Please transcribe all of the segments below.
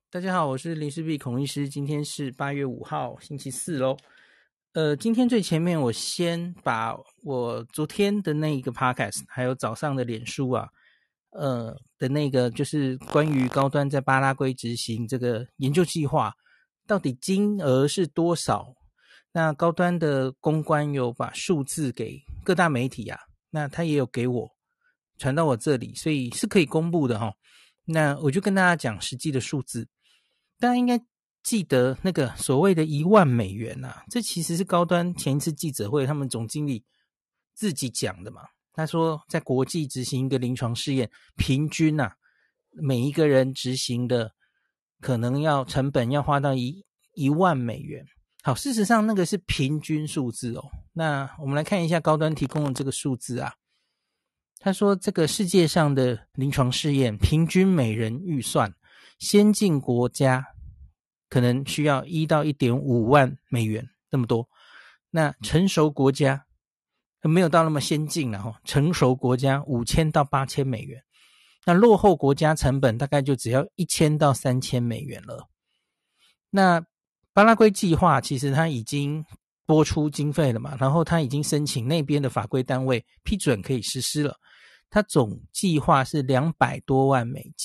大家好，我是林氏璧孔医师，今天是8月5号，星期四咯。今天最前面我先把我昨天的那一个 podcast 还有早上的脸书啊，的那个就是关于高端在巴拉圭执行这个研究计划，到底金额是多少？那高端的公关有把数字给各大媒体啊，那他也有给我传到我这里，所以是可以公布的齁。那我就跟大家讲实际的数字。大家应该记得那个所谓的$10,000啊，这其实是高端前一次记者会他们总经理自己讲的嘛。他说在国际执行一个临床试验，平均啊每一个人执行的可能要成本要花到$10,000。好，事实上那个是平均数字哦。那我们来看一下高端提供的这个数字啊。他说这个世界上的临床试验平均每人预算，先进国家可能需要$1到1.5万那么多，那成熟国家没有到那么先进了，成熟国家$5,000到$8,000，那落后国家成本大概就只要$1,000到$3,000了。那巴拉圭计划其实它已经拨出经费了嘛，然后它已经申请那边的法规单位批准可以实施了，它总计划是$200多万。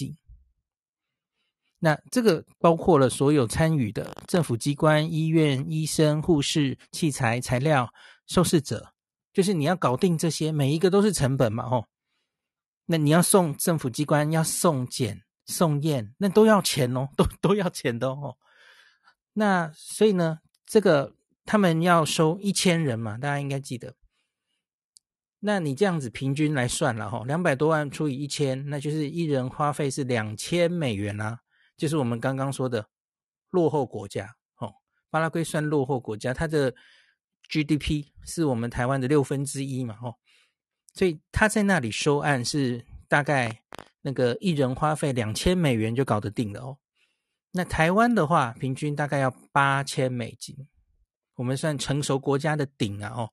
那这个包括了所有参与的政府机关、医院、医生、护士、器材、材料、受试者，就是你要搞定这些，每一个都是成本嘛那你要送政府机关，要送检、送验，那都要钱哦，都要钱的哦。那所以呢，这个他们要收1000人嘛，大家应该记得。那你这样子平均来算了200多万除以1000，那就是一人花费是$2,000啦。就是我们刚刚说的落后国家巴拉圭算落后国家，它的 GDP 是我们台湾的1/6嘛所以他在那里收案是大概那个一人花费$2,000就搞得定了哦。那台湾的话平均大概要$8,000，我们算成熟国家的顶啊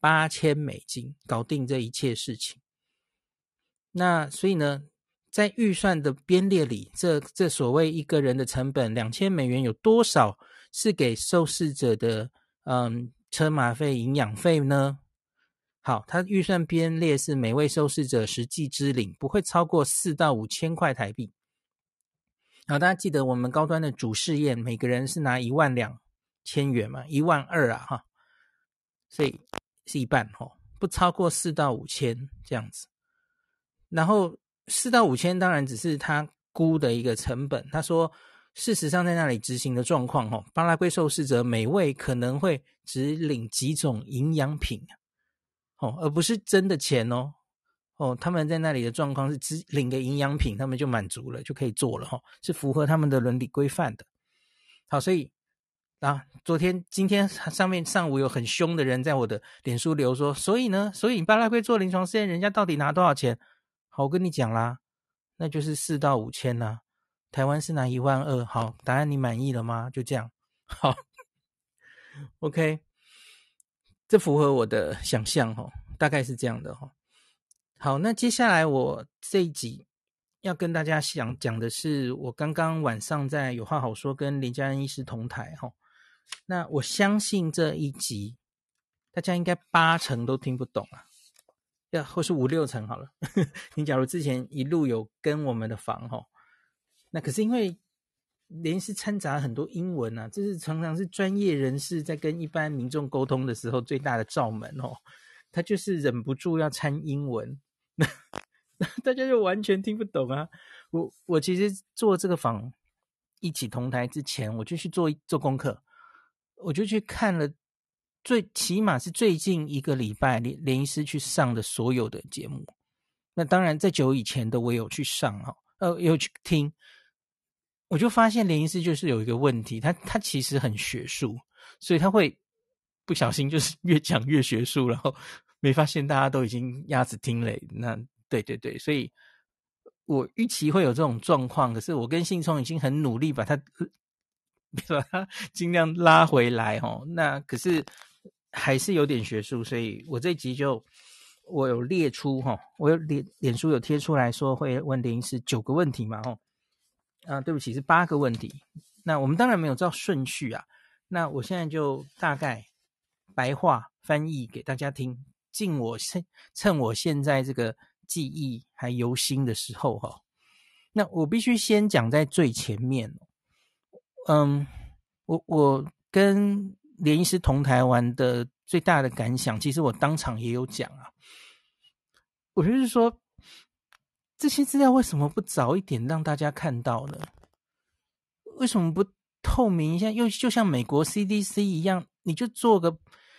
$8,000搞定这一切事情。那所以呢，在预算的编列里，这所谓一个人的成本$2,000有多少是给受试者的车马费、营养费呢？好，他预算编列是每位受试者实际支领不会超过4到5千块台币。好，大家记得我们高端的主试验每个人是拿$12,000嘛，12,000啊哈，所以是一半不超过4到5千这样子。然后4到5千当然只是他估的一个成本，他说事实上在那里执行的状况巴拉圭受试者每位可能会只领几种营养品而不是真的钱他们在那里的状况是只领个营养品他们就满足了，就可以做了是符合他们的伦理规范的。好，所以今天上午有很凶的人在我的脸书留说，所以巴拉圭做临床试验人家到底拿多少钱？好，我跟你讲啦，那就是4到5千啦。台湾是拿12000，好，答案你满意了吗？就这样，好 ，OK， 这符合我的想象大概是这样的好，那接下来我这一集要跟大家讲的是，我刚刚晚上在有话好说跟林嘉恩医师同台那我相信这一集大家应该80%都听不懂啊。或是5-6成好了你假如之前一路有跟我们的房那可是因为连是掺杂很多英文啊，这是常常是专业人士在跟一般民众沟通的时候最大的罩门他就是忍不住要掺英文大家就完全听不懂啊。我其实做这个房一起同台之前，我就去做功课，我就去看了起码是最近1个礼拜连医师去上的所有的节目。那当然在久以前的我有去上有去听，我就发现连医师就是有一个问题，他其实很学术，所以他会不小心就是越讲越学术，然后没发现大家都已经鸭子听雷。那对，所以我预期会有这种状况，可是我跟信聪已经很努力把他尽量拉回来那可是还是有点学术，所以我这集我有列出我有脸书有贴出来说会问连医师9个问题嘛对不起，是8个问题。那我们当然没有照顺序啊。那我现在就大概白话翻译给大家听，趁我现在这个记忆还犹新的时候哈。那我必须先讲在最前面。我跟连医师同台湾的最大的感想，其实我当场也有讲啊。我就是说，这些资料为什么不早一点让大家看到呢？为什么不透明一下？又就像美国 CDC 一样，你就做个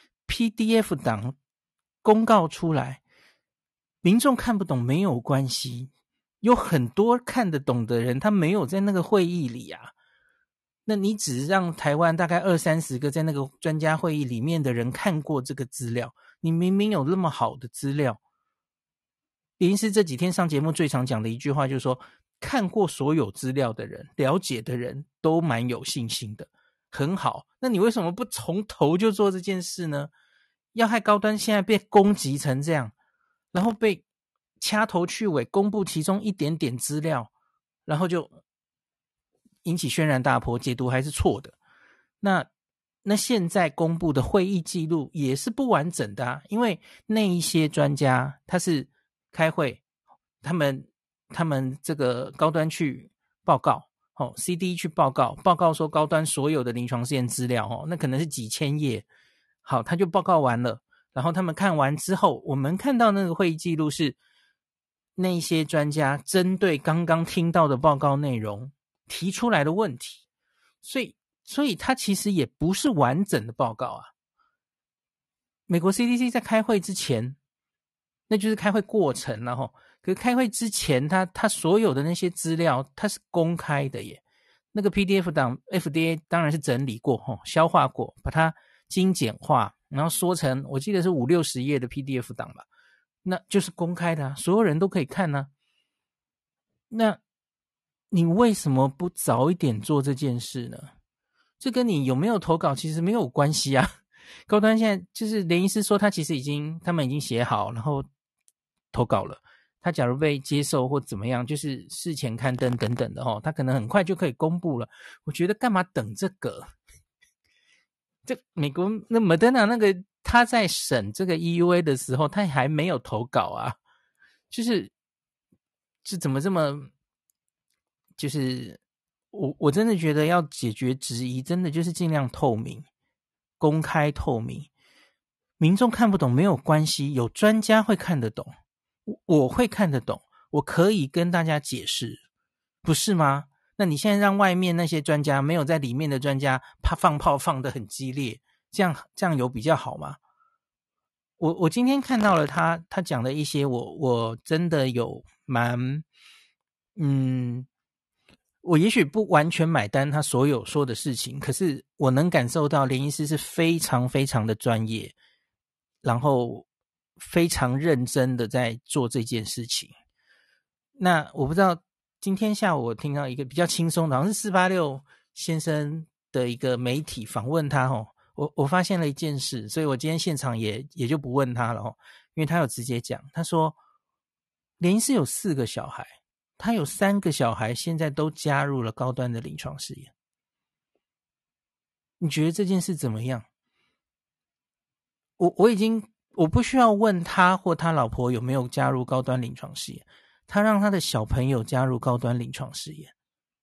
PDF 档公告出来，民众看不懂没有关系，有很多看得懂的人，他没有在那个会议里啊。那你只让台湾大概20-30个在那个专家会议里面的人看过这个资料，你明明有那么好的资料。林医师这几天上节目最常讲的一句话就是说，看过所有资料的人，了解的人都蛮有信心的，很好。那你为什么不从头就做这件事呢？要害高端现在被攻击成这样，然后被掐头去尾公布其中一点点资料，然后就引起轩然大波，解读还是错的。那现在公布的会议记录也是不完整的啊，因为那一些专家他是开会，他们这个高端去报告CD 去报告说高端所有的临床试验资料那可能是几千页，好，他就报告完了，然后他们看完之后，我们看到那个会议记录是那些专家针对刚刚听到的报告内容提出来的问题，所以它其实也不是完整的报告啊。美国 CDC 在开会之前，那就是开会过程了可是开会之前他所有的那些资料它是公开的耶。那个 PDF 档 FDA 当然是整理过消化过，把它精简化，然后缩成我记得是50-60页的 PDF 档吧，那就是公开的啊，所有人都可以看啊。那你为什么不早一点做这件事呢？这跟你有没有投稿其实没有关系啊。高端现在就是连医师说他其实他们已经写好，然后投稿了。他假如被接受或怎么样，就是事前刊登等等的他可能很快就可以公布了。我觉得干嘛等这个？这美国那 Moderna 那个他在审这个 EUA 的时候，他还没有投稿啊，就是怎么这么就是我真的觉得要解决质疑，真的就是尽量透明、公开透明。民众看不懂没有关系，有专家会看得懂，我会看得懂，我可以跟大家解释，不是吗？那你现在让外面那些专家没有在里面的专家放炮放得很激烈，这样有比较好吗？我今天看到了他讲的一些，我真的有蛮我也许不完全买单他所有说的事情，可是我能感受到连医师是非常非常的专业，然后非常认真的在做这件事情。那我不知道今天下午我听到一个比较轻松的，好像是486先生的一个媒体访问他我发现了一件事，所以我今天现场也就不问他了因为他有直接讲，他说连医师有4个小孩，他有3个小孩现在都加入了高端的临床试验。你觉得这件事怎么样？我不需要问他或他老婆有没有加入高端临床试验，他让他的小朋友加入高端临床试验。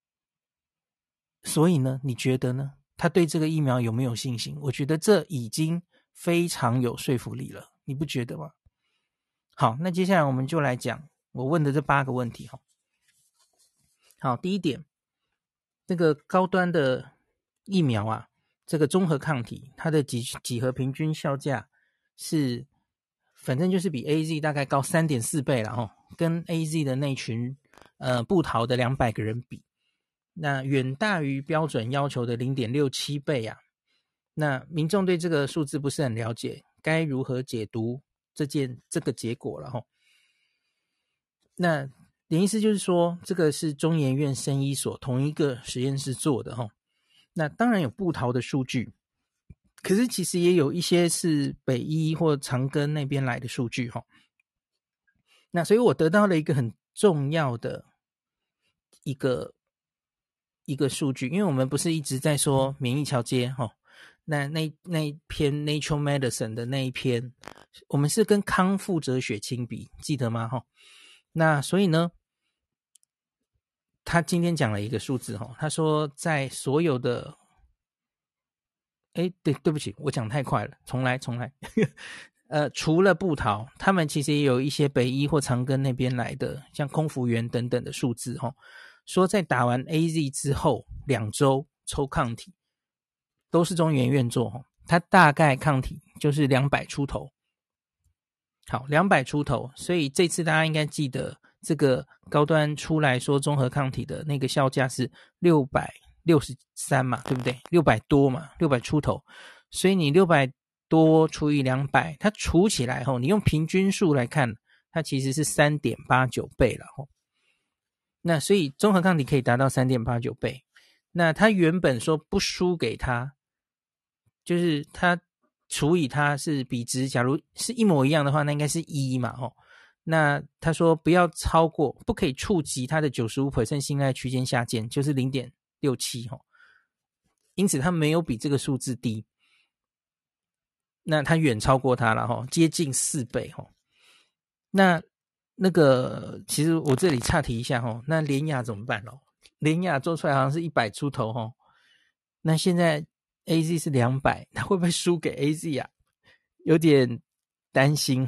所以呢，你觉得呢？他对这个疫苗有没有信心？我觉得这已经非常有说服力了，你不觉得吗？好，那接下来我们就来讲我问的这8个问题好，第一点，这个高端的疫苗啊，这个综合抗体，它的几何平均效价是，反正就是比 AZ 大概高3.4倍啦跟 AZ 的那群部桃的200个人比，那远大于标准要求的 0.67 倍啊。那民众对这个数字不是很了解，该如何解读这个结果了那连医师就是说，这个是中研院生医所同一个实验室做的那当然有部桃的数据，可是其实也有一些是北医或长庚那边来的数据那所以我得到了一个很重要的一个一个数据，因为我们不是一直在说免疫桥接那一篇 Nature Medicine 的那一篇，我们是跟康复者血清比，记得吗？那所以呢，他今天讲了一个数字他说在所有的，对不起，我讲太快了，重来。除了部桃，他们其实也有一些北医或长庚那边来的，像空服员等等的数字说在打完 AZ 之后2周抽抗体，都是中研院做它大概抗体就是200出头。好，200出头，所以这次大家应该记得这个高端出来说综合抗体的那个效价是663嘛，对不对？600多嘛，600出头，所以你600多除以200，它除起来你用平均数来看，它其实是 3.89 倍了那所以综合抗体可以达到 3.89 倍。那它原本说不输给它，就是它除以它是比值，假如是一模一样的话，那应该是1嘛那他说不要超过，不可以触及它的 95% 信赖区间下限，就是 0.67 因此它没有比这个数字低，那它远超过它了接近4倍那个其实我这里岔题一下那联亚怎么办联亚做出来好像是100出头那现在 AZ 是200，它会不会输给 AZ 啊？有点担心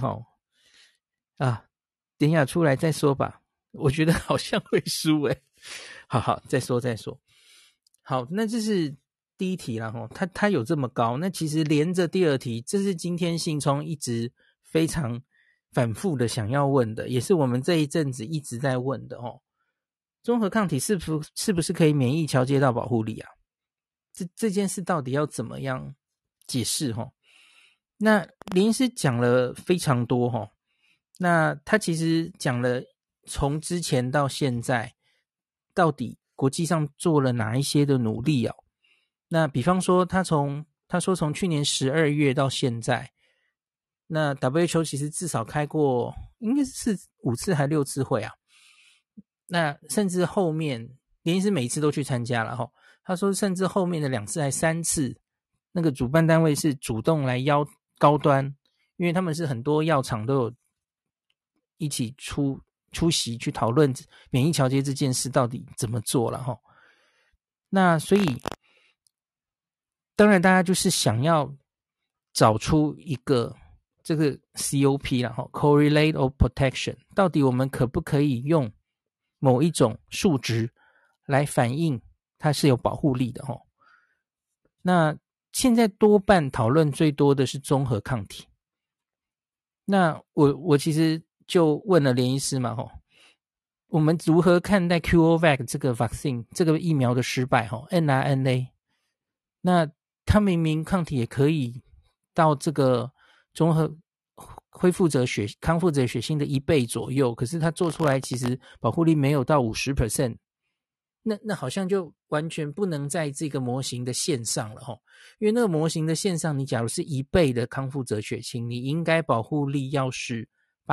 联亚出来再说吧，我觉得好像会输好，再说。好，那这是第一题啦它有这么高，那其实连着第二题，这是今天信聪一直非常反复的想要问的，也是我们这一阵子一直在问的综合抗体是不是可以免疫桥接到保护力啊？这件事到底要怎么样解释那林医师讲了非常多那他其实讲了从之前到现在到底国际上做了哪一些的努力那比方说他说从去年12月到现在，那 WHO 其实至少开过应该是5次还6次会那甚至后面林医师每一次都去参加了他说甚至后面的2次还3次，那个主办单位是主动来邀高端，因为他们是很多药厂都有一起出席去讨论免疫桥接这件事到底怎么做了那所以当然大家就是想要找出一个这个 COP 啦，Correlate of Protection， 到底我们可不可以用某一种数值来反映它是有保护力的那现在多半讨论最多的是综合抗体。那我其实就问了连医师嘛我们如何看待 CureVac 这个 vaccine 这个疫苗的失败mRNA？ 那它明明抗体也可以到这个综合康复者血清的1倍左右，可是它做出来其实保护力没有到 50%， 那好像就完全不能在这个模型的线上了因为那个模型的线上，你假如是1倍的康复者血清，你应该保护力要是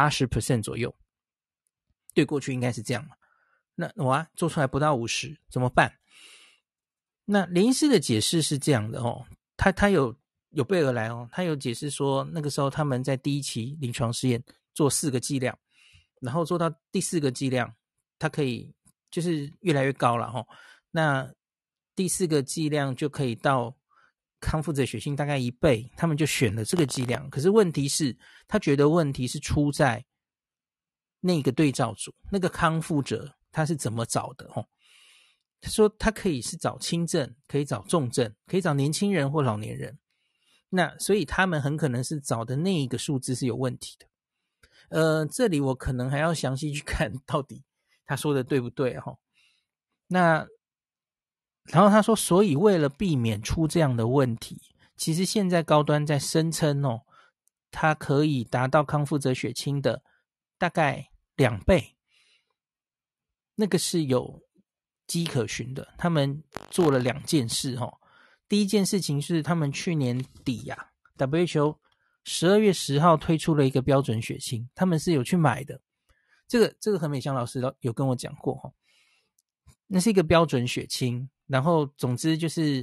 80% 左右，对过去应该是这样嘛，那做出来不到50怎么办？那林医师的解释是这样的他有备而来他有解释说那个时候他们在第1期临床试验做4个剂量，然后做到第4个剂量它可以就是越来越高了那第4个剂量就可以到康复者血清大概1倍，他们就选了这个剂量。可是问题是他觉得问题是出在那个对照组，那个康复者他是怎么找的他说他可以是找轻症，可以找重症，可以找年轻人或老年人，那所以他们很可能是找的那一个数字是有问题的。这里我可能还要详细去看到底他说的对不对那然后他说，所以为了避免出这样的问题，其实现在高端在声称它可以达到康复者血清的大概2倍，那个是有迹可循的。他们做了2件事第一件事情是他们去年底WHO 12月10号推出了一个标准血清，他们是有去买的。这个何美香老师有跟我讲过那是一个标准血清， 然后总之就是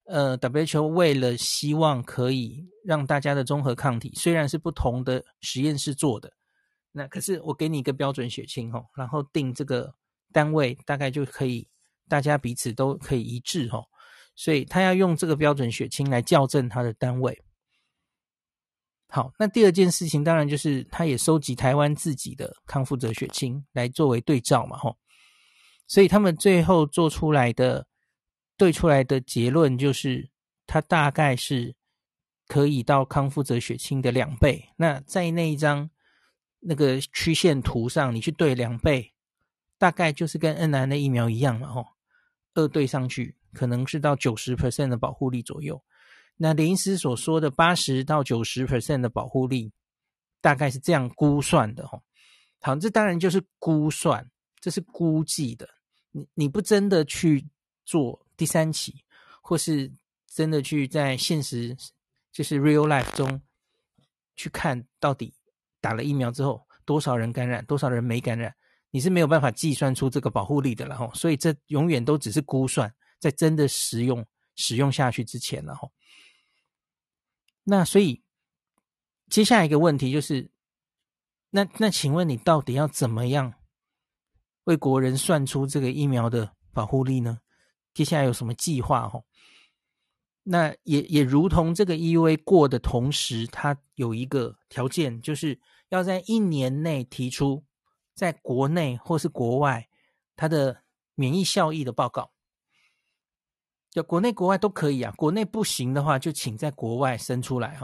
WHO 为了希望可以让大家的综合抗体虽然是不同的实验室做的，那可是我给你一个标准血清然后定这个单位大概就可以大家彼此都可以一致所以他要用这个标准血清来校正它的单位。好，那第二件事情当然就是他也收集台湾自己的康复者血清来作为对照嘛所以他们最后对出来的结论就是它大概是可以到康复者血清的2倍。那在那一张那个曲线图上你去对2倍，大概就是跟 mRNA 疫苗一样嘛2对上去可能是到 90% 的保护力左右。那林医师所说的80到 90% 的保护力大概是这样估算的好，这当然就是估算，这是估计的，你不真的去做第3期，或是真的去在现实就是 real life 中去看到底打了疫苗之后多少人感染多少人没感染，你是没有办法计算出这个保护力的了所以这永远都只是估算，在真的使用下去之前了那所以接下来一个问题就是那请问你到底要怎么样为国人算出这个疫苗的保护力呢？接下来有什么计划那也如同这个 EUA 过的同时，它有一个条件，就是要在1年内提出在国内或是国外它的免疫效益的报告。就国内国外都可以啊，国内不行的话就请在国外生出来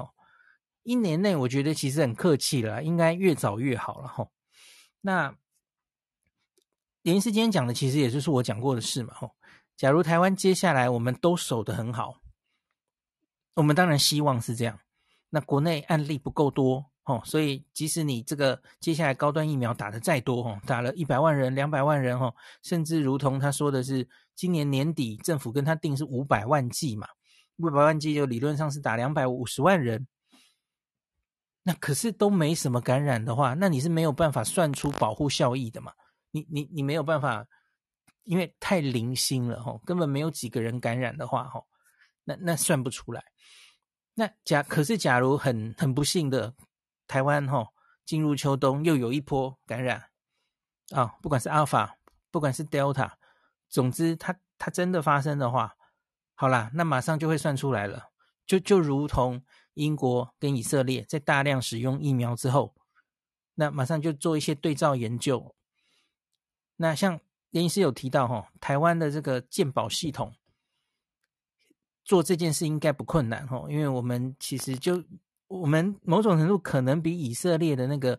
1年内我觉得其实很客气了，应该越早越好了那连医师今天讲的其实也就是我讲过的事嘛假如台湾接下来我们都守得很好，我们当然希望是这样，那国内案例不够多所以即使你这个接下来高端疫苗打得再多打了100万人200万人甚至如同他说的是今年年底政府跟他定是500万剂嘛，500万剂就理论上是打250万人，那可是都没什么感染的话，那你是没有办法算出保护效益的嘛，你没有办法，因为太零星了根本没有几个人感染的话那算不出来。那可是假如很不幸的台湾进入秋冬又有一波感染不管是 Alpha 不管是 Delta， 总之它真的发生的话，好啦，那马上就会算出来了，就如同英国跟以色列在大量使用疫苗之后，那马上就做一些对照研究。那像连医师有提到台湾的这个健保系统做这件事应该不困难因为我们其实我们某种程度可能比以色列的那个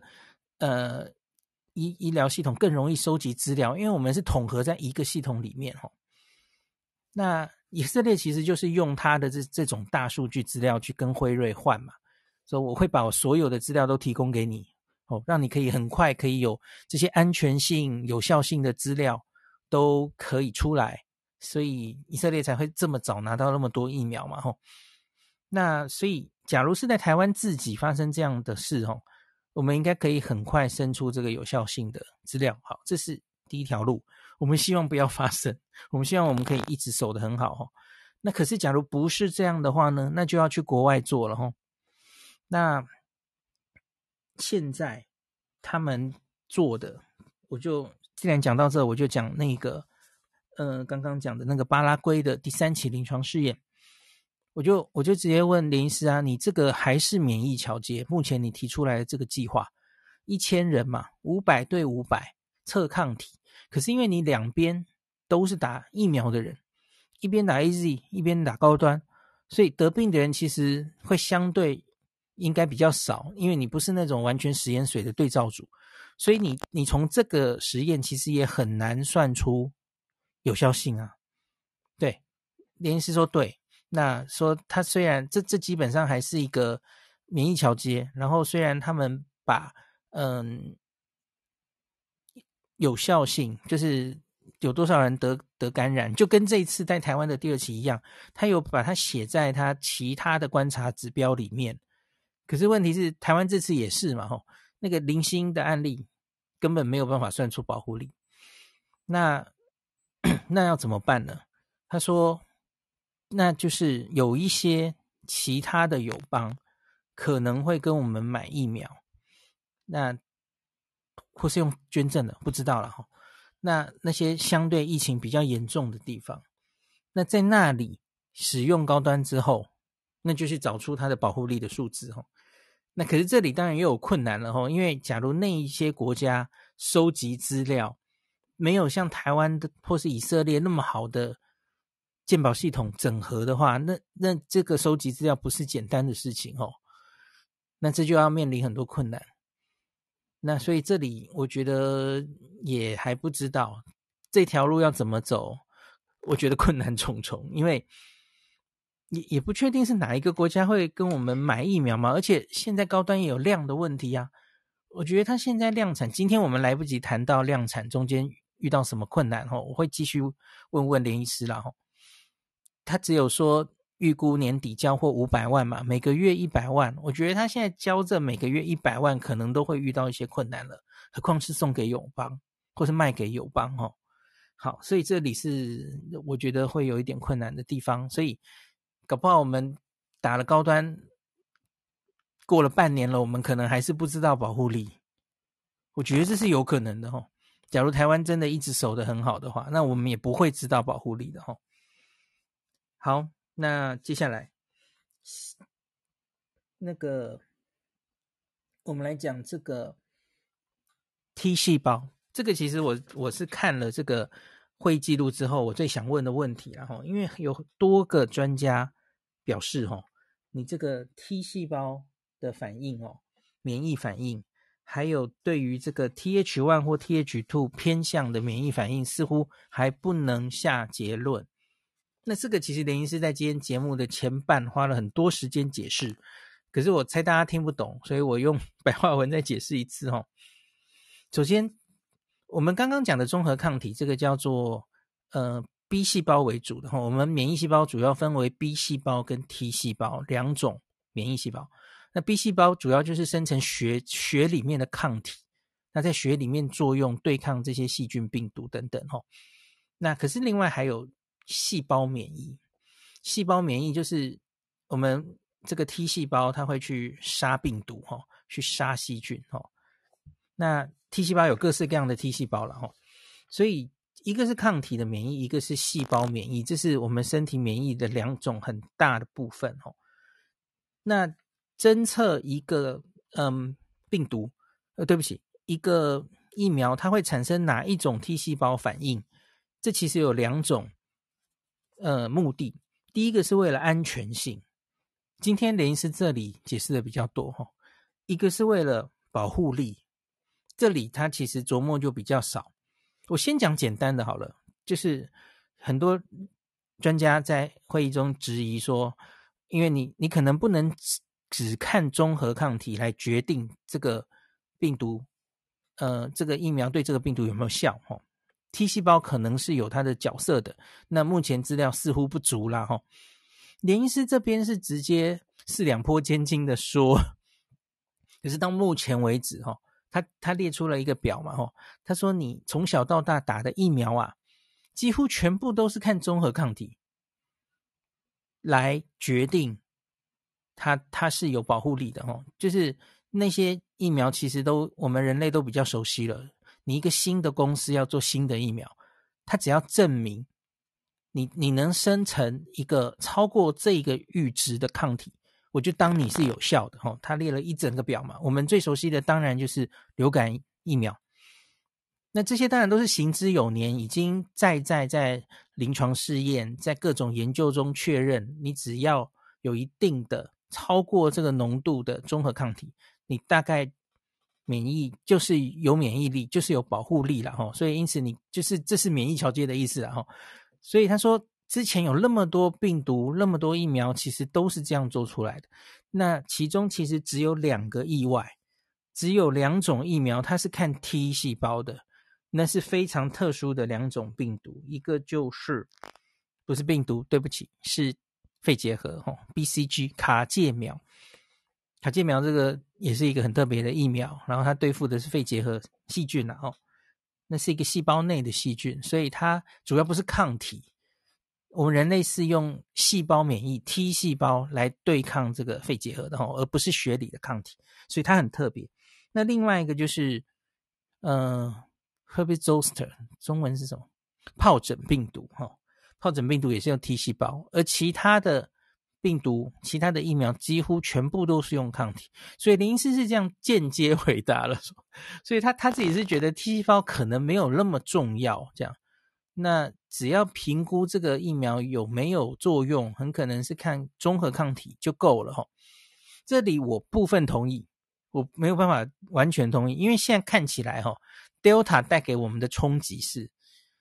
医疗系统更容易收集资料，因为我们是统合在一个系统里面那以色列其实就是用它的这种大数据资料去跟辉瑞换嘛，所以我会把我所有的资料都提供给你让你可以很快可以有这些安全性有效性的资料都可以出来，所以以色列才会这么早拿到那么多疫苗嘛那所以假如是在台湾自己发生这样的事我们应该可以很快生出这个有效性的资料。好，这是第一条路，我们希望不要发生，我们希望我们可以一直守得很好那可是假如不是这样的话呢，那就要去国外做了那现在他们做的，我就既然讲到这，我就讲那个刚刚讲的那个巴拉圭的第3期临床试验，我就直接问林医师啊，你这个还是免疫桥接，目前你提出来的这个计划1000人嘛，500对500测抗体，可是因为你两边都是打疫苗的人，一边打 AZ 一边打高端，所以得病的人其实会相对应该比较少，因为你不是那种完全实验水的对照组，所以你从这个实验其实也很难算出有效性啊。对，连医师说对，那说他虽然这基本上还是一个免疫桥接，然后虽然他们把有效性就是有多少人得感染，就跟这一次在台湾的第2期一样，他有把它写在他其他的观察指标里面，可是问题是台湾这次也是嘛那个零星的案例根本没有办法算出保护力，那要怎么办呢？ 他说，那就是有一些其他的友邦可能会跟我们买疫苗，那或是用捐赠的，不知道了哈。那些相对疫情比较严重的地方，那在那里使用高端之后，那就是找出它的保护力的数字哈。那可是这里当然也有困难了哈，因为假如那一些国家收集资料没有像台湾的或是以色列那么好的健保系统整合的话，那这个收集资料不是简单的事情哦。那这就要面临很多困难。那所以这里我觉得也还不知道这条路要怎么走，我觉得困难重重，因为也不确定是哪一个国家会跟我们买疫苗嘛，而且现在高端也有量的问题啊。我觉得它现在量产，今天我们来不及谈到量产中间遇到什么困难哦，我会继续问问连医师啦吼。他只有说预估年底交货500万嘛，每个月100万，我觉得他现在交这每个月100万可能都会遇到一些困难了，何况是送给友邦或是卖给友邦哦。好，所以这里是我觉得会有一点困难的地方，所以搞不好我们打了高端过了半年了，我们可能还是不知道保护力，我觉得这是有可能的哦。假如台湾真的一直守得很好的话，那我们也不会知道保护力的哦。好，那接下来那个我们来讲这个 T 细胞，这个其实我是看了这个会议记录之后，我最想问的问题啦齁，因为有多个专家表示齁，你这个 T 细胞的反应哦，免疫反应，还有对于这个 Th1 或 Th2 偏向的免疫反应，似乎还不能下结论。那这个其实连医师在今天节目的前半花了很多时间解释，可是我猜大家听不懂，所以我用白话文再解释一次齁。首先，我们刚刚讲的综合抗体，这个叫做B 细胞为主的齁，我们免疫细胞主要分为 B 细胞跟 T 细胞两种免疫细胞。那 B 细胞主要就是生成血里面的抗体，那在血里面作用对抗这些细菌、病毒等等齁。那可是另外还有细胞免疫，细胞免疫就是我们这个 T 细胞它会去杀病毒齁，去杀细菌齁。那 T 细胞有各式各样的 T 细胞了齁，所以一个是抗体的免疫，一个是细胞免疫，这是我们身体免疫的两种很大的部分齁。那侦测一个病毒，对不起，一个疫苗它会产生哪一种 T 细胞反应，这其实有两种目的。第一个是为了安全性，今天连医师这里解释的比较多齁。一个是为了保护力，这里它其实琢磨就比较少。我先讲简单的好了，就是很多专家在会议中质疑说，因为你可能不能只看综合抗体来决定这个病毒，这个疫苗对这个病毒有没有效齁。T 细胞可能是有它的角色的，那目前资料似乎不足啦齁。连医师这边是直接四两拨千斤的说，可是到目前为止齁，他列出了一个表嘛齁，他说你从小到大打的疫苗啊，几乎全部都是看综合抗体来决定它是有保护力的齁。就是那些疫苗其实都我们人类都比较熟悉了，你一个新的公司要做新的疫苗，它只要证明你能生成一个超过这一个阈值的抗体，我就当你是有效的齁。他列了一整个表嘛，我们最熟悉的当然就是流感疫苗，那这些当然都是行之有年，已经在临床试验，在各种研究中确认，你只要有一定的超过这个浓度的综合抗体，你大概免疫就是有免疫力，就是有保护力啦齁。所以因此你就是这是免疫桥接的意思啦齁。所以他说之前有那么多病毒，那么多疫苗，其实都是这样做出来的。那其中其实只有2个意外，只有2种疫苗它是看 T 细胞的，那是非常特殊的2种病毒，一个就是不是病毒，对不起，是肺结核BCG 卡介苗。卡介苗这个也是一个很特别的疫苗，然后它对付的是肺结核细菌啦那是一个细胞内的细菌，所以它主要不是抗体， 我们人类是用细胞免疫 T 细胞来对抗这个肺结核的而不是血里的抗体，所以它很特别。那另外一个就是Herpes zoster 中文是什么？疱疹病毒疱疹病毒也是用 T 细胞，而其他的病毒其他的疫苗几乎全部都是用抗体，所以林医师是这样间接回答了，所以他自己是觉得 T 细胞可能没有那么重要这样。那只要评估这个疫苗有没有作用，很可能是看综合抗体就够了这里我部分同意，我没有办法完全同意，因为现在看起来Delta 带给我们的冲击是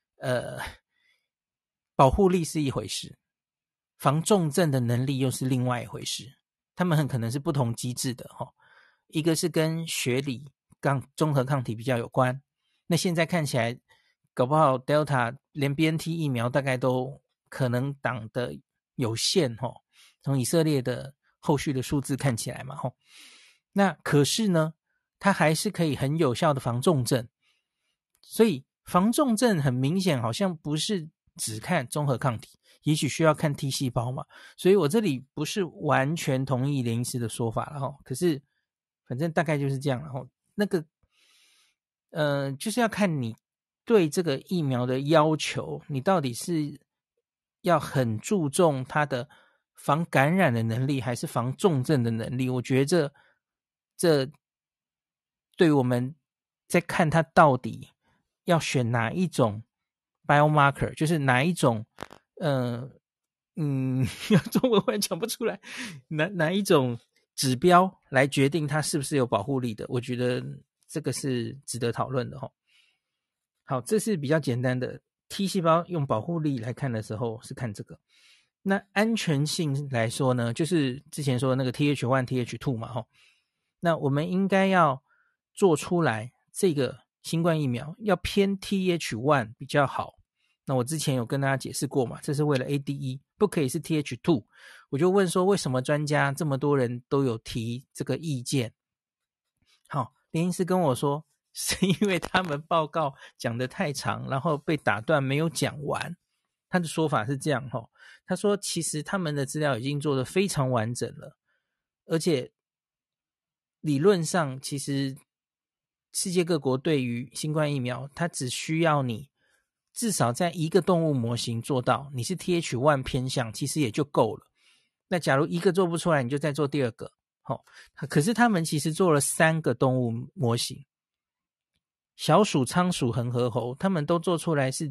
保护力是一回事，防重症的能力又是另外一回事，他们很可能是不同机制的一个是跟血里综合抗体比较有关，那现在看起来搞不好 Delta 连 BNT 疫苗大概都可能挡的有限从以色列的后续的数字看起来嘛那可是呢它还是可以很有效的防重症，所以防重症很明显好像不是只看综合抗体，也许需要看 T 细胞嘛，所以我这里不是完全同意林医师的说法了可是反正大概就是这样了那个就是要看你对这个疫苗的要求，你到底是要很注重它的防感染的能力还是防重症的能力，我觉得这对我们在看它到底要选哪一种 biomarker， 就是哪一种中文我讲不出来，哪一种指标来决定它是不是有保护力的，我觉得这个是值得讨论的好，这是比较简单的 T 细胞用保护力来看的时候是看这个。那安全性来说呢，就是之前说的那个 TH1、TH2 嘛那我们应该要做出来这个新冠疫苗要偏 TH1 比较好。那我之前有跟大家解释过嘛，这是为了 ADE， 不可以是 TH2。我就问说为什么专家这么多人都有提这个意见？好，林医师跟我说是因为他们报告讲得太长，然后被打断没有讲完。他的说法是这样他说其实他们的资料已经做得非常完整了，而且理论上其实世界各国对于新冠疫苗，它只需要你至少在一个动物模型做到你是 TH1 偏向，其实也就够了。那假如一个做不出来，你就再做第二个可是他们其实做了3个动物模型，小鼠、仓鼠、恒河猴，他们都做出来是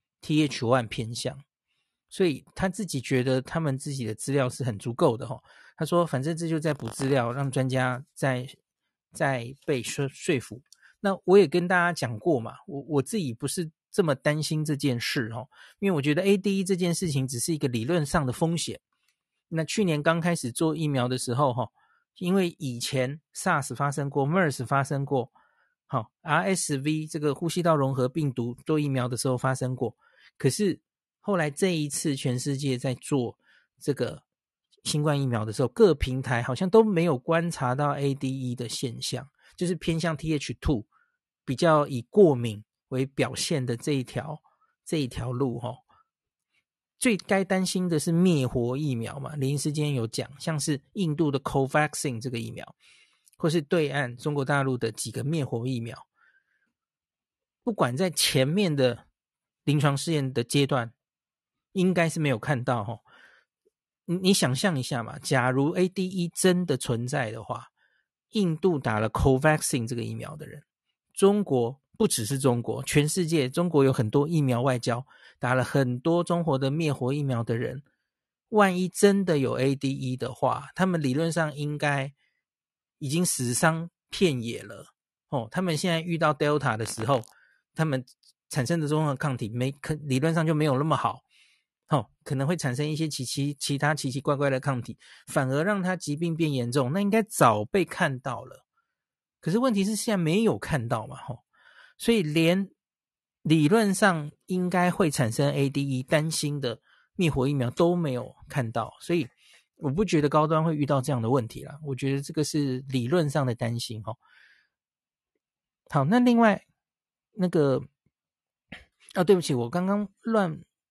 TH1 偏向，所以他自己觉得他们自己的资料是很足够的他说反正这就在补资料，让专家再被说服。那我也跟大家讲过嘛，我自己不是这么担心这件事因为我觉得 ADE 这件事情只是一个理论上的风险。那去年刚开始做疫苗的时候因为以前 SARS 发生过 MERS 发生过RSV 这个呼吸道融合病毒做疫苗的时候发生过，可是后来这一次全世界在做这个新冠疫苗的时候，各平台好像都没有观察到 ADE 的现象，就是偏向 TH2 比较以过敏为表现的这一条路最该担心的是灭活疫苗嘛，林医师今天有讲，像是印度的 COVAXIN 这个疫苗，或是对岸中国大陆的几个灭活疫苗，不管在前面的临床试验的阶段应该是没有看到你想象一下嘛，假如 ADE 真的存在的话，印度打了 COVAXIN 这个疫苗的人，中国不只是中国，全世界中国有很多疫苗外交，打了很多中国的灭活疫苗的人，万一真的有 ADE 的话，他们理论上应该已经死伤遍野了他们现在遇到 Delta 的时候，他们产生的综合抗体理论上就没有那么好可能会产生一些其他奇奇怪怪的抗体，反而让它疾病变严重，那应该早被看到了。可是问题是现在没有看到嘛所以连理论上应该会产生 ADE 担心的灭活疫苗都没有看到，所以我不觉得高端会遇到这样的问题啦，我觉得这个是理论上的担心好，那另外那个对不起，我刚刚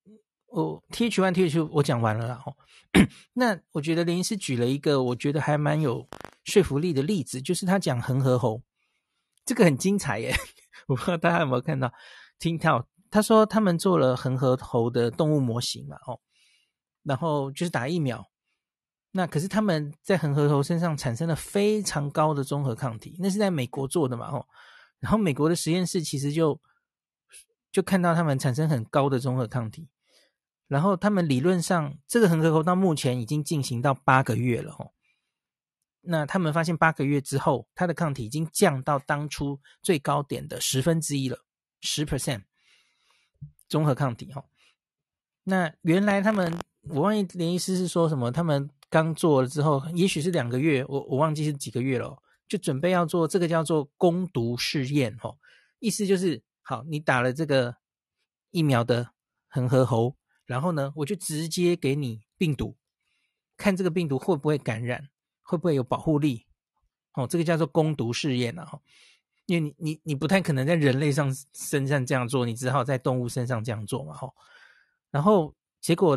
TH1 TH2 我讲完了啦那我觉得林医师举了一个我觉得还蛮有说服力的例子，就是他讲恒河猴，这个很精彩耶我不知道大家有没有看到听到，他说他们做了恒河猴的动物模型嘛然后就是打疫苗，那可是他们在恒河猴身上产生了非常高的综合抗体，那是在美国做的嘛然后美国的实验室其实就看到他们产生很高的综合抗体，然后他们理论上这个恒河猴到目前已经进行到8个月了那他们发现8个月之后，它的抗体已经降到当初最高点的1/10了，10% 综合抗体那原来他们，我忘记连医师是说什么，他们刚做了之后，也许是2个月，我忘记是几个月了就准备要做这个叫做攻毒试验意思就是好，你打了这个疫苗的恒河猴，然后呢，我就直接给你病毒，看这个病毒会不会感染，会不会有保护力这个叫做攻毒试验因为你不太可能在人类身上这样做，你只好在动物身上这样做嘛然后结果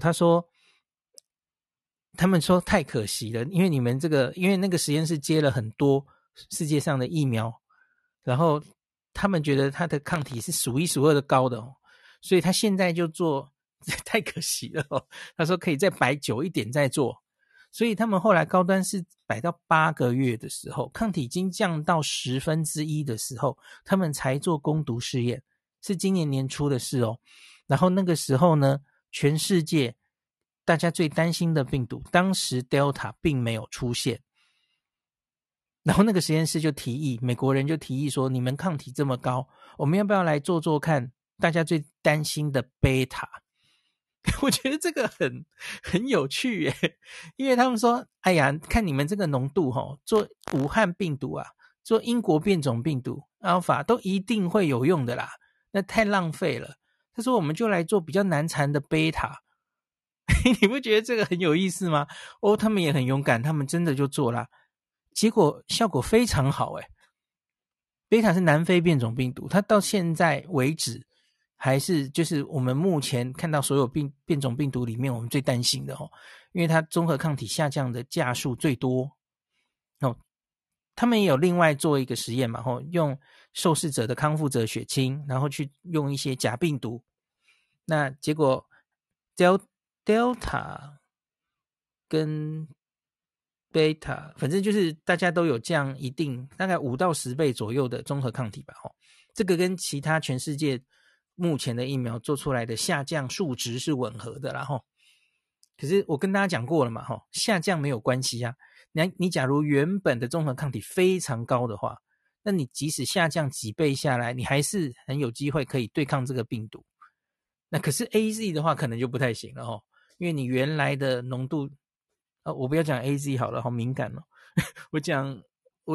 他们说太可惜了，因为你们因为那个实验室接了很多世界上的疫苗，然后他们觉得它的抗体是数一数二的高的所以他现在就做太可惜了他说可以再摆久一点再做，所以他们后来高端是摆到8个月的时候，抗体已经降到1/10的时候，他们才做攻毒试验，是今年年初的事然后那个时候呢，全世界大家最担心的病毒，当时 Delta 并没有出现。然后那个实验室就提议，美国人就提议说，你们抗体这么高，我们要不要来做做看大家最担心的 Beta？ 我觉得这个很有趣耶，因为他们说，哎呀，看你们这个浓度做武汉病毒啊，做英国变种病毒 Alpha 都一定会有用的啦，那太浪费了。他说我们就来做比较难缠的 Beta， 你不觉得这个很有意思吗？他们也很勇敢，他们真的就做啦，结果效果非常好诶。贝塔是南非变种病毒，它到现在为止还是就是我们目前看到所有变种病毒里面我们最担心的因为它综合抗体下降的价数最多他们也有另外做一个实验嘛用受试者的康复者血清，然后去用一些假病毒，那结果 Delta 跟 Beta 反正就是大家都有降一定大概5到10倍左右的综合抗体吧这个跟其他全世界目前的疫苗做出来的下降数值是吻合的啦可是我跟大家讲过了嘛下降没有关系啊，你假如原本的综合抗体非常高的话，那你即使下降几倍下来，你还是很有机会可以对抗这个病毒。那可是 AZ 的话可能就不太行了因为你原来的浓度我不要讲 AZ 好了，好敏感我讲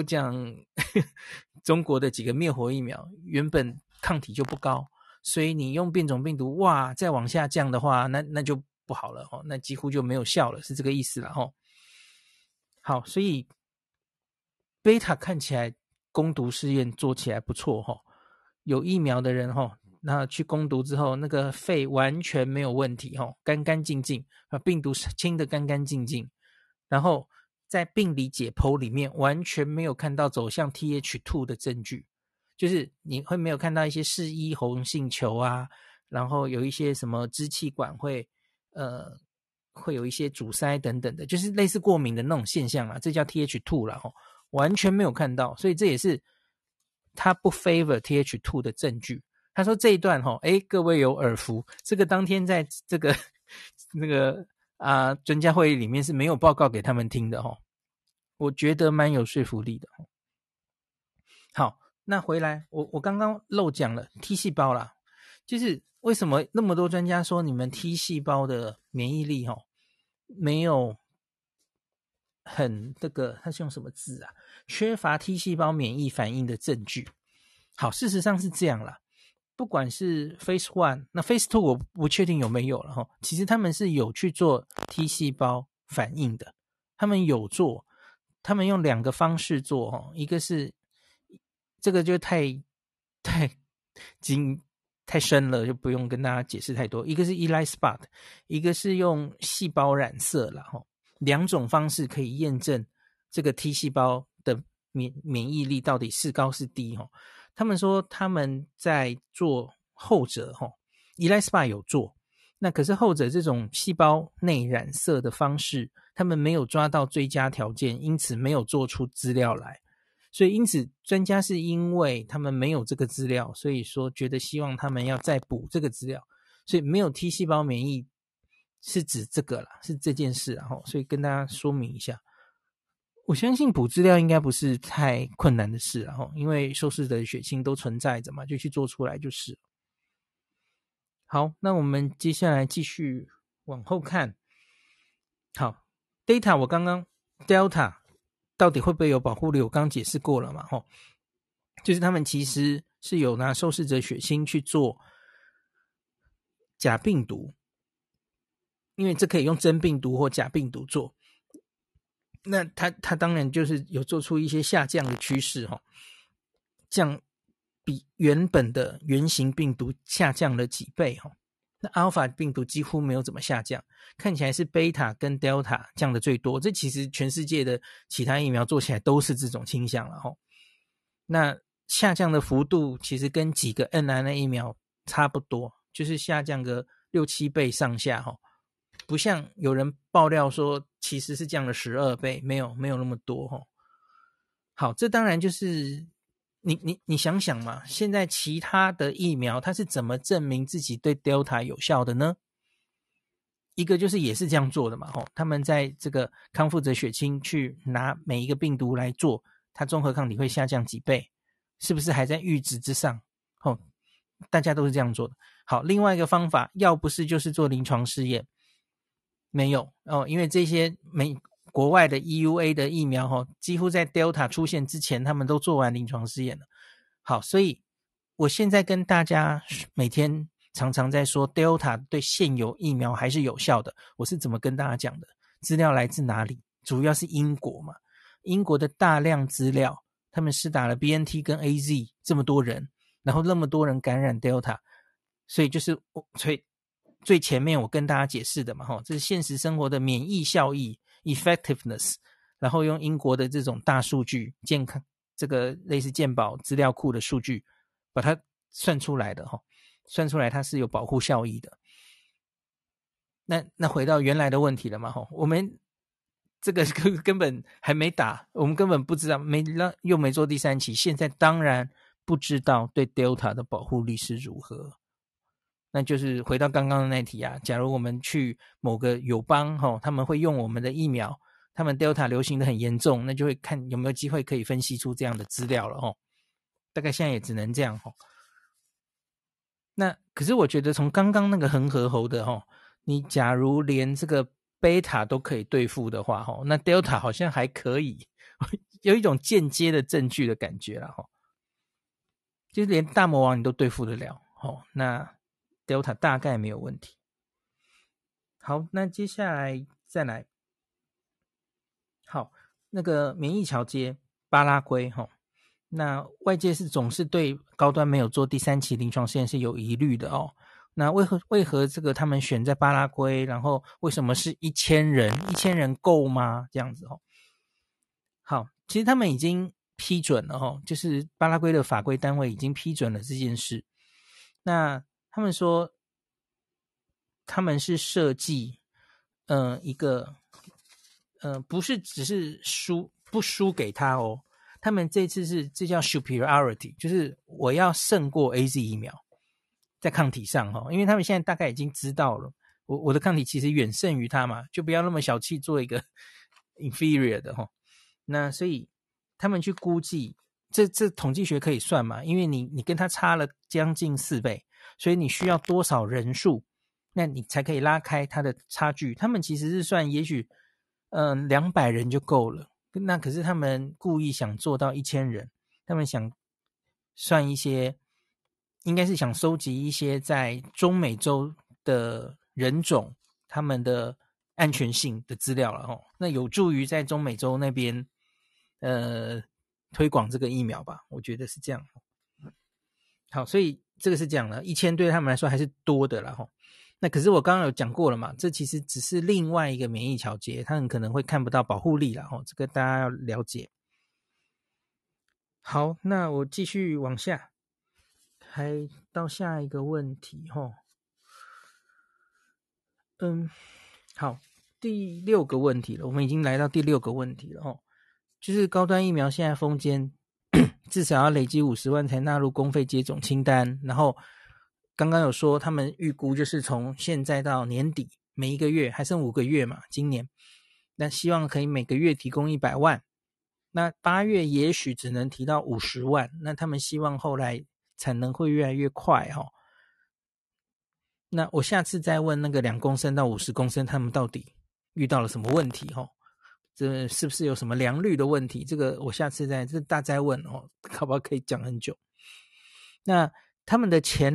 中国的几个灭活疫苗原本抗体就不高，所以你用变种病毒哇再往下降的话，那就不好了那几乎就没有效了，是这个意思啦好，所以贝塔看起来攻毒试验做起来不错有疫苗的人那去攻毒之后，那个肺完全没有问题干干净净，把病毒清得干干净净，然后在病理解剖里面完全没有看到走向 TH2 的证据，就是你会没有看到一些示意红性球啊，然后有一些什么支气管会有一些阻塞等等的，就是类似过敏的那种现象啦，这叫 TH2 啦完全没有看到，所以这也是他不 favor TH2 的证据。他说这一段各位有耳福，这个当天在这个那个专家会议里面是没有报告给他们听的我觉得蛮有说服力的好，那回来我刚刚漏讲了 T 细胞啦，就是为什么那么多专家说你们 T 细胞的免疫力没有很他是用什么字啊？缺乏 T 细胞免疫反应的证据。好，事实上是这样啦，不管是 Phase 1， 那 Phase 2我不确定有没有了其实他们是有去做 T 细胞反应的，他们有做，他们用2个方式做一个是这个就太太深了，就不用跟大家解释太多。一个是 ELISpot， 一个是用细胞染色啦齁，两种方式可以验证这个 T 细胞的免疫力到底是高是低齁。他们说他们在做后者齁 ，ELISpot 有做，那可是后者这种细胞内染色的方式，他们没有抓到最佳条件，因此没有做出资料来。所以因此专家是因为他们没有这个资料，所以说觉得希望他们要再补这个资料，所以没有 T 细胞免疫是指这个啦，是这件事啦齁，所以跟大家说明一下。我相信补资料应该不是太困难的事啦齁，因为受试者的血清都存在着嘛，就去做出来就是了。好，那我们接下来继续往后看。好 ，data 我刚刚 Delta 到底会不会有保护力？我刚刚解释过了嘛，齁，就是他们其实是有拿受试者血清去做假病毒，因为这可以用真病毒或假病毒做。那它当然就是有做出一些下降的趋势齁，降比原本的原型病毒下降了几倍齁。那 Alpha 病毒几乎没有怎么下降，看起来是 Beta 跟 Delta 降的最多，这其实全世界的其他疫苗做起来都是这种倾向了齁。那下降的幅度其实跟几个 mRNA 疫苗差不多，就是下降个6-7倍上下齁，不像有人爆料说其实是降了12倍，没有那么多齁。好，这当然就是你想想嘛，现在其他的疫苗它是怎么证明自己对 Delta 有效的呢？一个就是也是这样做的嘛，他们在这个康复者血清去拿每一个病毒来做，它综合抗体会下降几倍，是不是还在阈值之上？大家都是这样做的。好，另外一个方法，要不是就是做临床试验，没有因为这些国外的 EUA 的疫苗几乎在 Delta 出现之前，他们都做完临床试验了。好，所以我现在跟大家每天常常在说 Delta 对现有疫苗还是有效的，我是怎么跟大家讲的？资料来自哪里？主要是英国嘛，英国的大量资料，他们施打了 BNT 跟 AZ 这么多人，然后那么多人感染 Delta， 所以就是最前面我跟大家解释的嘛，这是现实生活的免疫效益 effectiveness， 然后用英国的这种大数据健康这个类似健保资料库的数据把它算出来的算出来它是有保护效益的。那回到原来的问题了嘛，我们这个根本还没打，我们根本不知道，又没做第3期，现在当然不知道对 Delta 的保护力是如何。那就是回到刚刚的那题啊，假如我们去某个友邦他们会用我们的疫苗，他们 Delta 流行的很严重，那就会看有没有机会可以分析出这样的资料了大概现在也只能这样那可是我觉得从刚刚那个恒河猴的你假如连这个 Beta 都可以对付的话那 Delta 好像还可以有一种间接的证据的感觉啦就是连大魔王你都对付得了那 Delta 大概没有问题。好，那接下来再来，好，那个免疫桥接巴拉圭那外界是总是对高端没有做第3期临床试验是有疑虑的那为何这个他们选在巴拉圭，然后为什么是1000人？1000人够吗？这样子好，其实他们已经批准了就是巴拉圭的法规单位已经批准了这件事。那他们说他们是设计一个不是只是不输给他他们这次这叫 superiority， 就是我要胜过 AZ 疫苗在抗体上因为他们现在大概已经知道了我的抗体其实远胜于他嘛，就不要那么小气做一个 inferior 的那所以他们去估计这统计学可以算嘛，因为你跟他差了将近4倍，所以你需要多少人数，那你才可以拉开它的差距。他们其实是算也许200人就够了，那可是他们故意想做到1000人，他们想算一些，应该是想收集一些在中美洲的人种他们的安全性的资料了那有助于在中美洲那边推广这个疫苗吧，我觉得是这样。好，所以这个是这样的，1000对他们来说还是多的啦齁。那可是我刚刚有讲过了嘛，这其实只是另外一个免疫调节，它很可能会看不到保护力啦齁，这个大家要了解。好，那我继续往下，还到下一个问题齁。好，第6个问题了，我们已经来到第6个问题了齁，就是高端疫苗现在封签至少要累积50万才纳入公费接种清单，然后刚刚有说他们预估就是从现在到年底每一个月还剩5个月嘛，今年那希望可以每个月提供100万，那8月也许只能提到50万，那他们希望后来产能会越来越快齁。那我下次再问那个2公升到50公升他们到底遇到了什么问题齁，这是不是有什么良率的问题，这个我下次再这大灾问哦，搞不好可以讲很久。那他们的前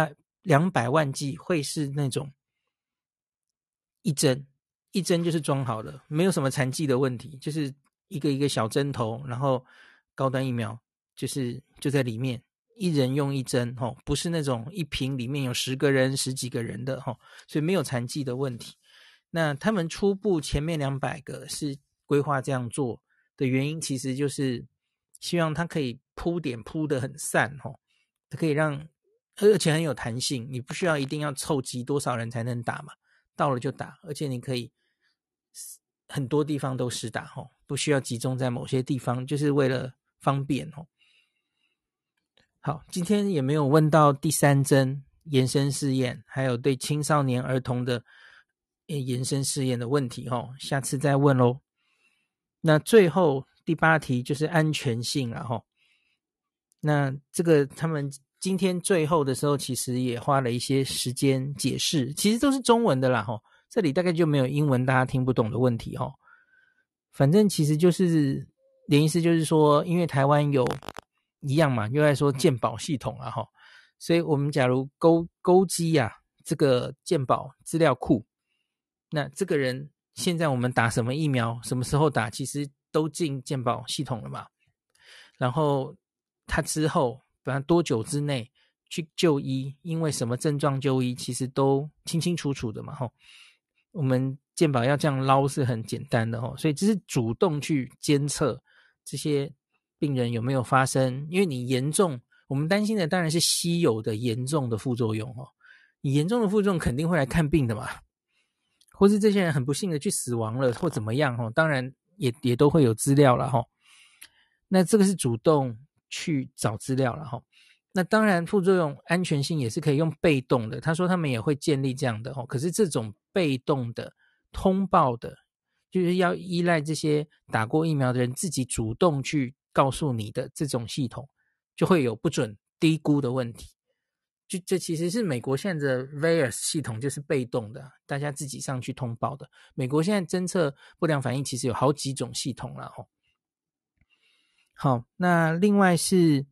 200万剂会是那种一针就是装好了，没有什么残剂的问题，就是一个一个小针头，然后高端疫苗就在里面，一人用一针齁，不是那种一瓶里面有10个人10几个人的齁，所以没有残剂的问题。那他们初步前面200个是规划这样做的原因，其实就是希望它可以铺点铺得很散齁，它可以让而且很有弹性，你不需要一定要凑齐多少人才能打嘛，到了就打，而且你可以很多地方都施打齁，不需要集中在某些地方，就是为了方便齁。好，今天也没有问到第3针延伸试验，还有对青少年儿童的延伸试验的问题齁，下次再问咯。那最后第8题就是安全性啦齁。那这个他们今天最后的时候其实也花了一些时间解释，其实都是中文的啦齁，这里大概就没有英文大家听不懂的问题齁。反正其实就是连医师就是说，因为台湾有一样嘛，又在说健保系统啦齁，所以我们假如勾稽啊这个健保资料库，那这个人现在我们打什么疫苗，什么时候打，其实都进健保系统了嘛。然后他之后不然多久之内去就医，因为什么症状就医，其实都清清楚楚的嘛齁。我们健保要这样捞是很简单的齁，所以这是主动去监测这些病人有没有发生，因为你严重，我们担心的当然是稀有的严重的副作用齁，你严重的副作用肯定会来看病的嘛，或是这些人很不幸的去死亡了或怎么样齁，当然也都会有资料了齁。那这个是主动去找资料了齁。那当然副作用安全性也是可以用被动的，他说他们也会建立这样的齁，可是这种被动的通报的，就是要依赖这些打过疫苗的人自己主动去告诉你的这种系统，就会有不准低估的问题。就这其实是美国现在的 VAERS 系统，就是被动的，大家自己上去通报的。美国现在侦测不良反应其实有好几种系统了齁。好，那另外是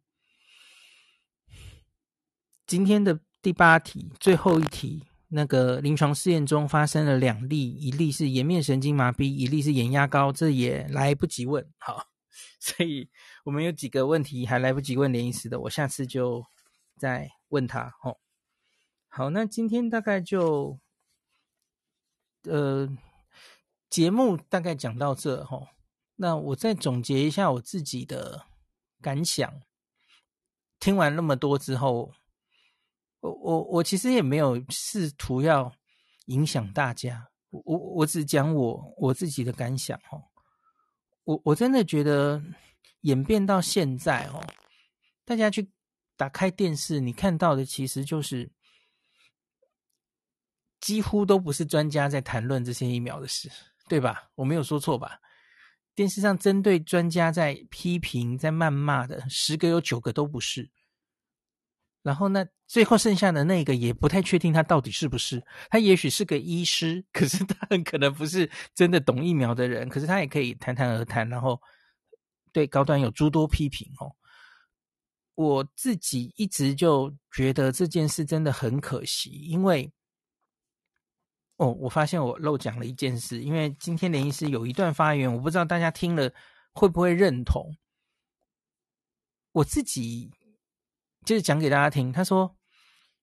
今天的第8题，最后一题，那个临床试验中发生了2例，一例是颜面神经麻痹，一例是眼压高，这也来不及问。好，所以我们有几个问题还来不及问连医师的，我下次就再问他齁。好，那今天大概就节目大概讲到这齁。那我再总结一下我自己的感想，听完那么多之后，我其实也没有试图要影响大家，我只讲我自己的感想齁。我真的觉得演变到现在齁，大家去打开电视，你看到的其实就是几乎都不是专家在谈论这些疫苗的事，对吧？我没有说错吧？电视上针对专家在批评在谩骂的10个有9个都不是，然后呢最后剩下的那个也不太确定他到底是不是，他也许是个医师，可是他很可能不是真的懂疫苗的人，可是他也可以谈谈而谈，然后对高端有诸多批评齁。我自己一直就觉得这件事真的很可惜，因为我发现我漏讲了一件事，因为今天连医师有一段发言，我不知道大家听了会不会认同。我自己就是讲给大家听，他说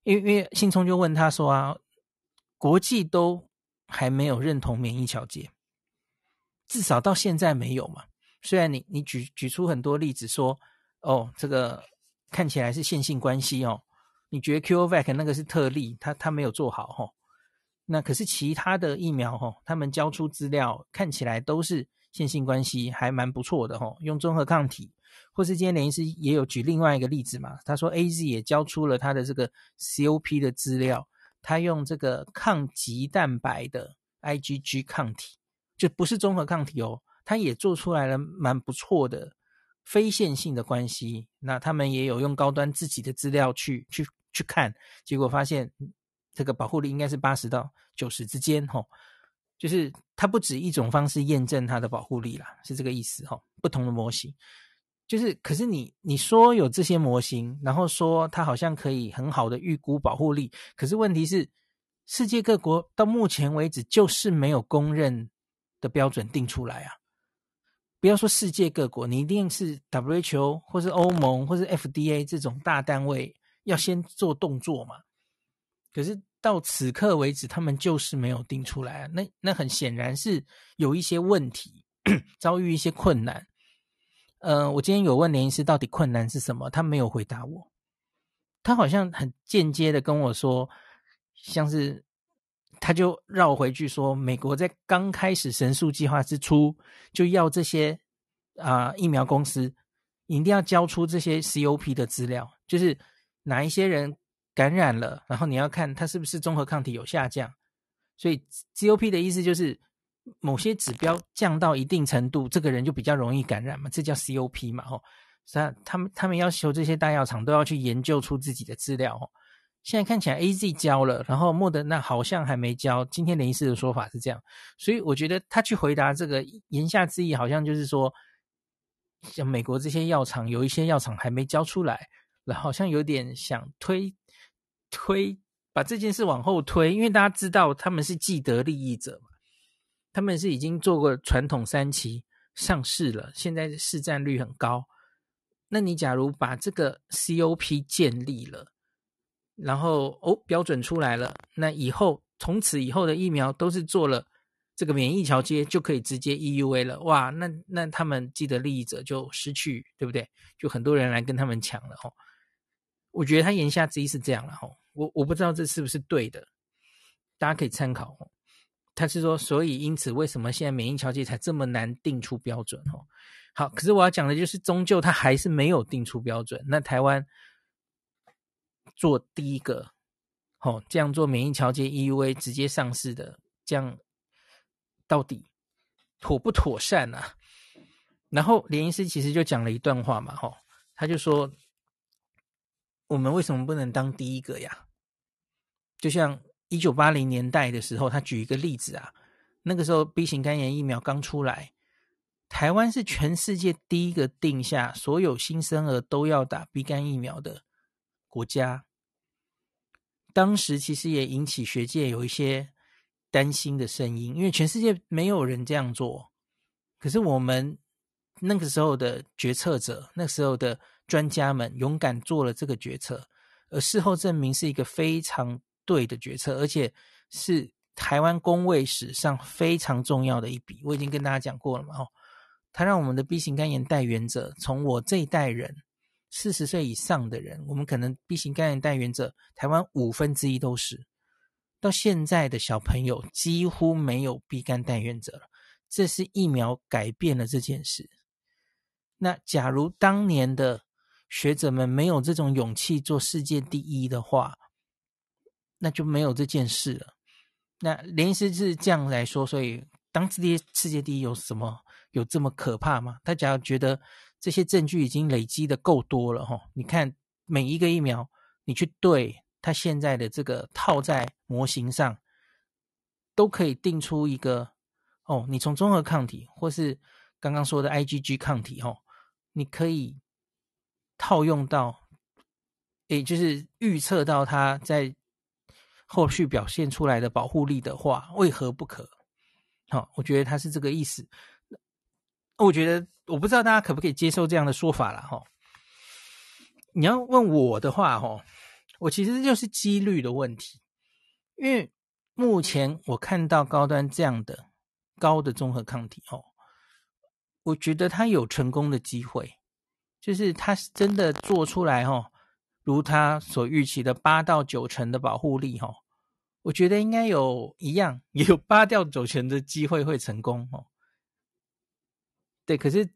因为信聪就问他说啊，国际都还没有认同免疫桥接，至少到现在没有嘛。虽然你举出很多例子说，哦，这个看起来是线性关系哦，你觉得 CureVac 那个是特例，他没有做好哦。那可是其他的疫苗哦，他们交出资料看起来都是线性关系，还蛮不错的哦。用综合抗体，或是今天连医师也有举另外一个例子嘛，他说 AZ 也交出了他的这个 COP 的资料，他用这个抗棘蛋白的 IgG 抗体，就不是综合抗体哦，他也做出来了蛮不错的非线性的关系。那他们也有用高端自己的资料去看，结果发现这个保护力应该是80到90之间齁，就是它不止一种方式验证它的保护力啦，是这个意思齁，不同的模型。就是可是你说有这些模型，然后说它好像可以很好的预估保护力，可是问题是世界各国到目前为止就是没有公认的标准定出来啊。不要说世界各国，你一定是 WHO 或是欧盟或是 FDA 这种大单位要先做动作嘛。可是到此刻为止，他们就是没有定出来啊。那很显然是有一些问题，遭遇一些困难。我今天有问连医师到底困难是什么，他没有回答我。他好像很间接的跟我说，像是他就绕回去说，美国在刚开始神速计划之初，就要这些疫苗公司一定要交出这些 COP 的资料，就是哪一些人感染了，然后你要看他是不是综合抗体有下降。所以 COP 的意思就是某些指标降到一定程度，这个人就比较容易感染嘛，这叫 COP 嘛吼。他们要求这些大药厂都要去研究出自己的资料哦。现在看起来 AZ 交了，然后莫德纳好像还没交，今天连医师的说法是这样，所以我觉得他去回答这个言下之意好像就是说，像美国这些药厂有一些药厂还没交出来，然后好像有点想推把这件事往后推，因为大家知道他们是既得利益者嘛，他们是已经做过传统3期上市了，现在市占率很高。那你假如把这个 COP 建立了，然后标准出来了，那以后从此以后的疫苗都是做了这个免疫桥接，就可以直接 EUA 了。哇，那他们既得利益者就失去，对不对？就很多人来跟他们抢了。我觉得他言下之意是这样了。我不知道这是不是对的，大家可以参考。他是说，所以因此为什么现在免疫桥接才这么难定出标准。好，可是我要讲的就是终究他还是没有定出标准。那台湾做第一个这样做免疫桥接 EUA 直接上市的，这样到底妥不妥善啊？然后连医师其实就讲了一段话嘛，他就说我们为什么不能当第一个呀？就像1980年代的时候，他举一个例子啊，那个时候 B 型肝炎疫苗刚出来，台湾是全世界第一个定下所有新生儿都要打 B 肝疫苗的国家。当时其实也引起学界有一些担心的声音，因为全世界没有人这样做，可是我们那个时候的决策者，那时候的专家们勇敢做了这个决策，而事后证明是一个非常对的决策，而且是台湾公卫史上非常重要的一笔。我已经跟大家讲过了嘛，它让我们的 B 型肝炎带原者，从我这一代人40岁以上的人，我们可能 B 型肝炎带原者台湾1/5都是，到现在的小朋友几乎没有 B 肝带原者了，这是疫苗改变了这件事。那假如当年的学者们没有这种勇气做世界第一的话，那就没有这件事了。那连医师是这样来说，所以当世界第一有这么可怕吗？他假如觉得这些证据已经累积的够多了，你看每一个疫苗你去对它现在的这个套在模型上，都可以定出一个你从综合抗体或是刚刚说的 IgG 抗体你可以套用到就是预测到它在后续表现出来的保护力的话，为何不可？我觉得他是这个意思。我觉得我不知道大家可不可以接受这样的说法啦。你要问我的话我其实就是几率的问题，因为目前我看到高端这样的高的综合抗体我觉得它有成功的机会，就是它真的做出来如它所预期的8到9成的保护力我觉得应该一样，也有8到9成的机会会成功对，可是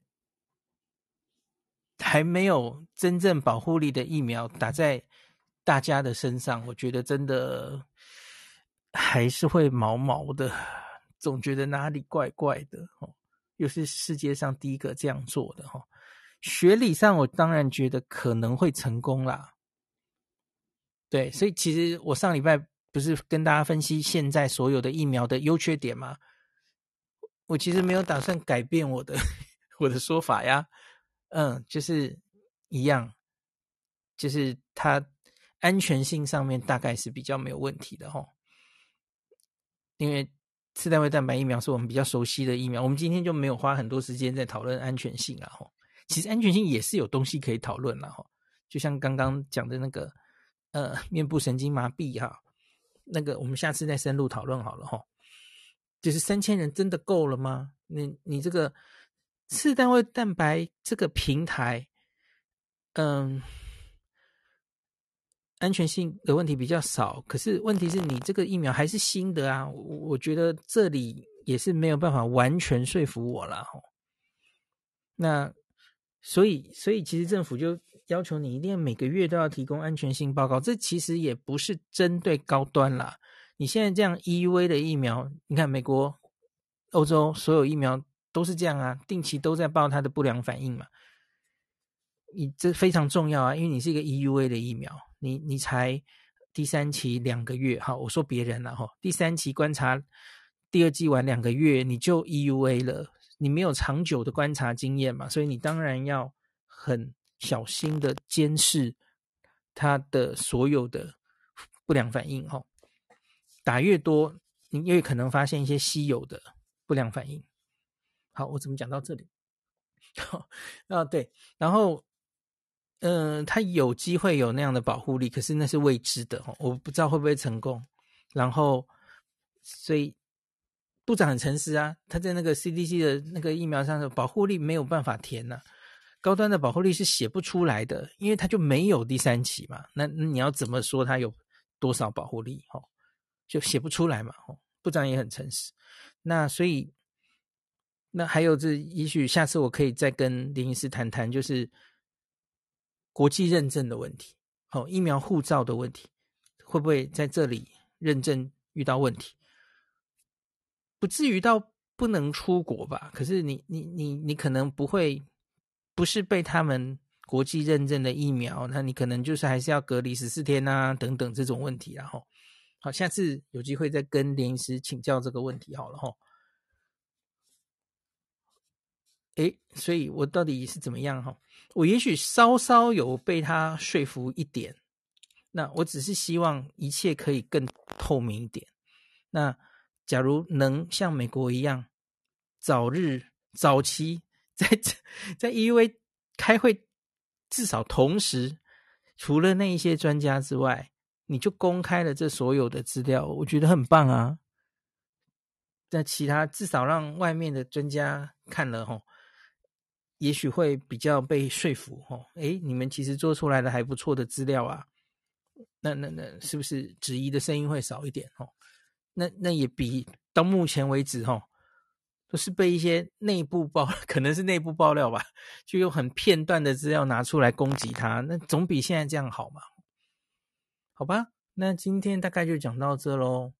还没有真正保护力的疫苗打在大家的身上，我觉得真的还是会毛毛的，总觉得哪里怪怪的又是世界上第一个这样做的学理上我当然觉得可能会成功啦。对，所以其实我上礼拜不是跟大家分析现在所有的疫苗的优缺点吗？我其实没有打算改变我的我的说法呀，就是一样，就是它安全性上面大概是比较没有问题的因为次单位蛋白疫苗是我们比较熟悉的疫苗，我们今天就没有花很多时间在讨论安全性啦其实安全性也是有东西可以讨论啦就像刚刚讲的那个面部神经麻痹那个我们下次再深入讨论好了就是3000人真的够了吗？你这个次单位蛋白这个平台安全性的问题比较少，可是问题是你这个疫苗还是新的啊，我觉得这里也是没有办法完全说服我啦那所以其实政府就要求你一定每个月都要提供安全性报告，这其实也不是针对高端啦。你现在这样 EUA 的疫苗，你看美国、欧洲所有疫苗都是这样啊，定期都在报它的不良反应嘛。你这非常重要啊，因为你是一个 EUA 的疫苗，你才第3期2个月，好，我说别人了第3期观察第2剂完2个月你就 EUA 了，你没有长久的观察经验嘛，所以你当然要很小心的监视它的所有的不良反应打越多你越可能发现一些稀有的不良反应。好，我怎么讲到这里对，然后它有机会有那样的保护力，可是那是未知的我不知道会不会成功。然后所以部长很诚实啊，他在那个 CDC 的那个疫苗上的保护力没有办法填啊，高端的保护力是写不出来的，因为它就没有第3期嘛，那你要怎么说它有多少保护力就写不出来嘛部长也很诚实。那所以那还有也许下次我可以再跟林医师谈谈，就是国际认证的问题疫苗护照的问题，会不会在这里认证遇到问题？不至于到不能出国吧，可是你可能不是被他们国际认证的疫苗，那你可能就是还是要隔离14天啊等等这种问题啦好，下次有机会再跟林医师请教这个问题好了所以我到底是怎么样我也许稍稍有被他说服一点，那我只是希望一切可以更透明一点。那假如能像美国一样早期在 EUA 开会，至少同时除了那一些专家之外，你就公开了这所有的资料，我觉得很棒啊。那其他至少让外面的专家看了也许会比较被说服你们其实做出来的还不错的资料啊，那是不是质疑的声音会少一点那也比到目前为止都是被一些可能是内部爆料吧，就用很片段的资料拿出来攻击他，那总比现在这样好嘛。好吧，那今天大概就讲到这咯。